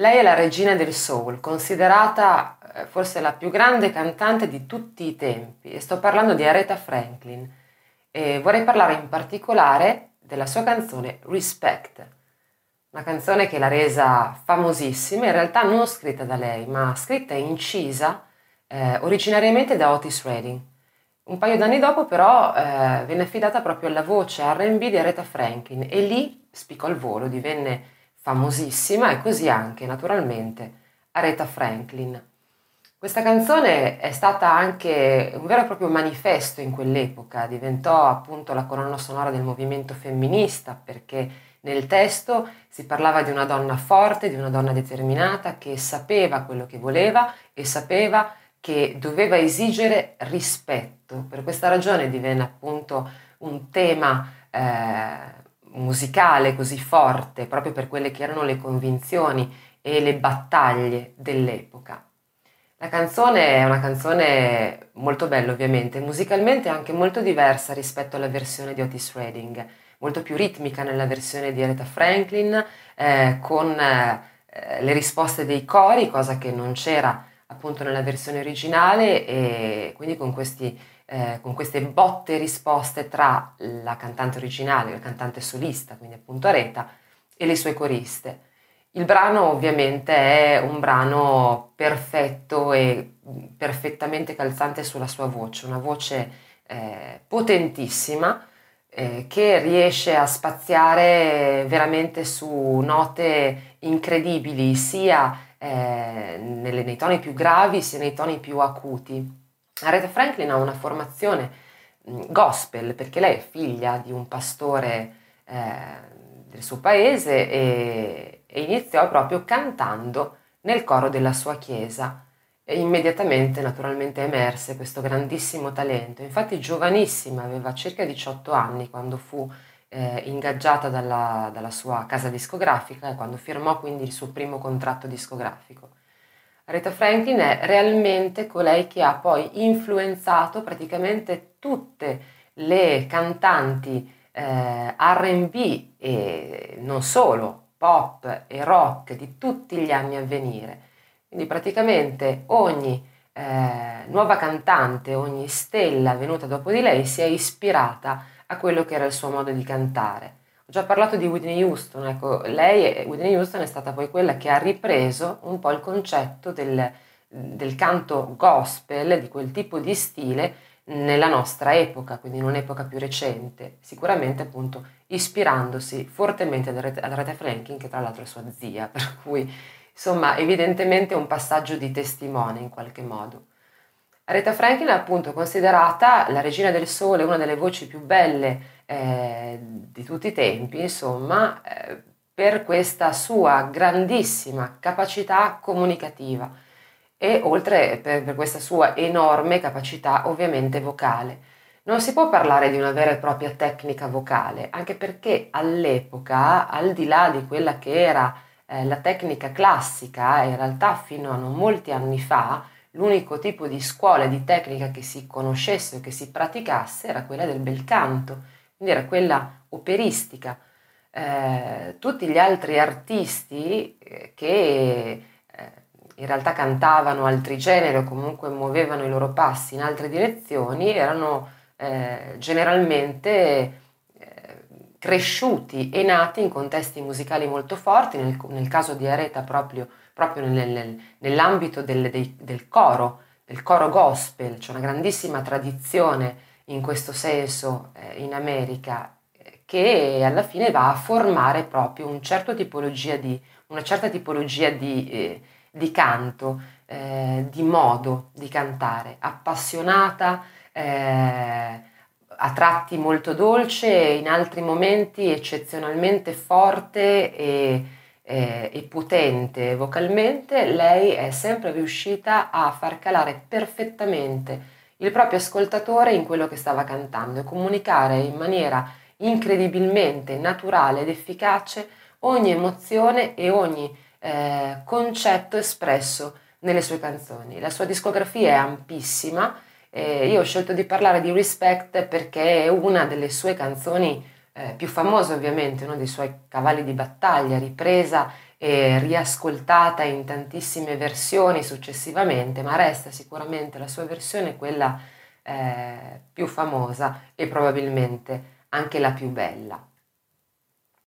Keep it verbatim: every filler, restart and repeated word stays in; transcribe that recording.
Lei è la regina del soul, considerata eh, forse la più grande cantante di tutti i tempi, e sto parlando di Aretha Franklin, e vorrei parlare in particolare della sua canzone Respect, una canzone che l'ha resa famosissima, in realtà non scritta da lei, ma scritta e incisa eh, originariamente da Otis Redding. Un paio d'anni dopo però eh, venne affidata proprio alla voce R and B di Aretha Franklin e lì spiccò il volo, divenne famosissima e così anche naturalmente Aretha Franklin. Questa canzone è stata anche un vero e proprio manifesto in quell'epoca, diventò appunto la colonna sonora del movimento femminista perché nel testo si parlava di una donna forte, di una donna determinata che sapeva quello che voleva e sapeva che doveva esigere rispetto. Per questa ragione divenne appunto un tema eh, musicale così forte, proprio per quelle che erano le convinzioni e le battaglie dell'epoca. La canzone è una canzone molto bella ovviamente, musicalmente anche molto diversa rispetto alla versione di Otis Redding, molto più ritmica nella versione di Aretha Franklin, eh, con eh, le risposte dei cori, cosa che non c'era appunto nella versione originale, e quindi con, questi, eh, con queste botte risposte tra la cantante originale, la cantante solista, quindi appunto Aretha, e le sue coriste. Il brano ovviamente è un brano perfetto e perfettamente calzante sulla sua voce, una voce eh, potentissima eh, che riesce a spaziare veramente su note incredibili, sia eh, nelle, nei toni più gravi sia nei toni più acuti. Aretha Franklin ha una formazione mh, gospel perché lei è figlia di un pastore eh, del suo paese e, e iniziò proprio cantando nel coro della sua chiesa e immediatamente naturalmente emerse questo grandissimo talento. Infatti giovanissima, aveva circa diciotto anni quando fu eh, ingaggiata dalla, dalla sua casa discografica e quando firmò quindi il suo primo contratto discografico. Aretha Franklin è realmente colei che ha poi influenzato praticamente tutte le cantanti eh, R and B e non solo, pop e rock di tutti gli anni a venire. Quindi praticamente ogni eh, nuova cantante, ogni stella venuta dopo di lei si è ispirata a quello che era il suo modo di cantare. Ho già parlato di Whitney Houston, ecco, lei, Whitney Houston è stata poi quella che ha ripreso un po' il concetto del, del canto gospel, di quel tipo di stile, nella nostra epoca, quindi in un'epoca più recente, sicuramente appunto ispirandosi fortemente ad Aretha Franklin, che tra l'altro è sua zia, per cui insomma evidentemente un passaggio di testimone in qualche modo. Aretha Franklin è appunto considerata la regina del soul, una delle voci più belle eh, di tutti i tempi, insomma, eh, per questa sua grandissima capacità comunicativa e oltre per, per questa sua enorme capacità ovviamente vocale. Non si può parlare di una vera e propria tecnica vocale, anche perché all'epoca, al di là di quella che era eh, la tecnica classica, in realtà fino a non molti anni fa, l'unico tipo di scuola e di tecnica che si conoscesse o che si praticasse era quella del bel canto, quindi era quella operistica. Eh, tutti gli altri artisti eh, che eh, in realtà cantavano altri generi o comunque muovevano i loro passi in altre direzioni erano eh, generalmente eh, cresciuti e nati in contesti musicali molto forti, nel, nel caso di Aretha proprio, proprio nel, nel, nell'ambito del, dei, del coro, del coro gospel. C'è una grandissima tradizione in questo senso eh, in America eh, che alla fine va a formare proprio un certo tipologia di, una certa tipologia di, eh, di canto, eh, di modo di cantare, appassionata, eh, a tratti molto dolce, in altri momenti eccezionalmente forte e, e, e potente vocalmente. Lei è sempre riuscita a far calare perfettamente il proprio ascoltatore in quello che stava cantando e comunicare in maniera incredibilmente naturale ed efficace ogni emozione e ogni eh, concetto espresso nelle sue canzoni. La sua discografia è ampissima. Eh, io ho scelto di parlare di Respect perché è una delle sue canzoni eh, più famose, ovviamente, uno dei suoi cavalli di battaglia, ripresa e riascoltata in tantissime versioni successivamente, ma resta sicuramente la sua versione quella eh, più famosa e probabilmente anche la più bella.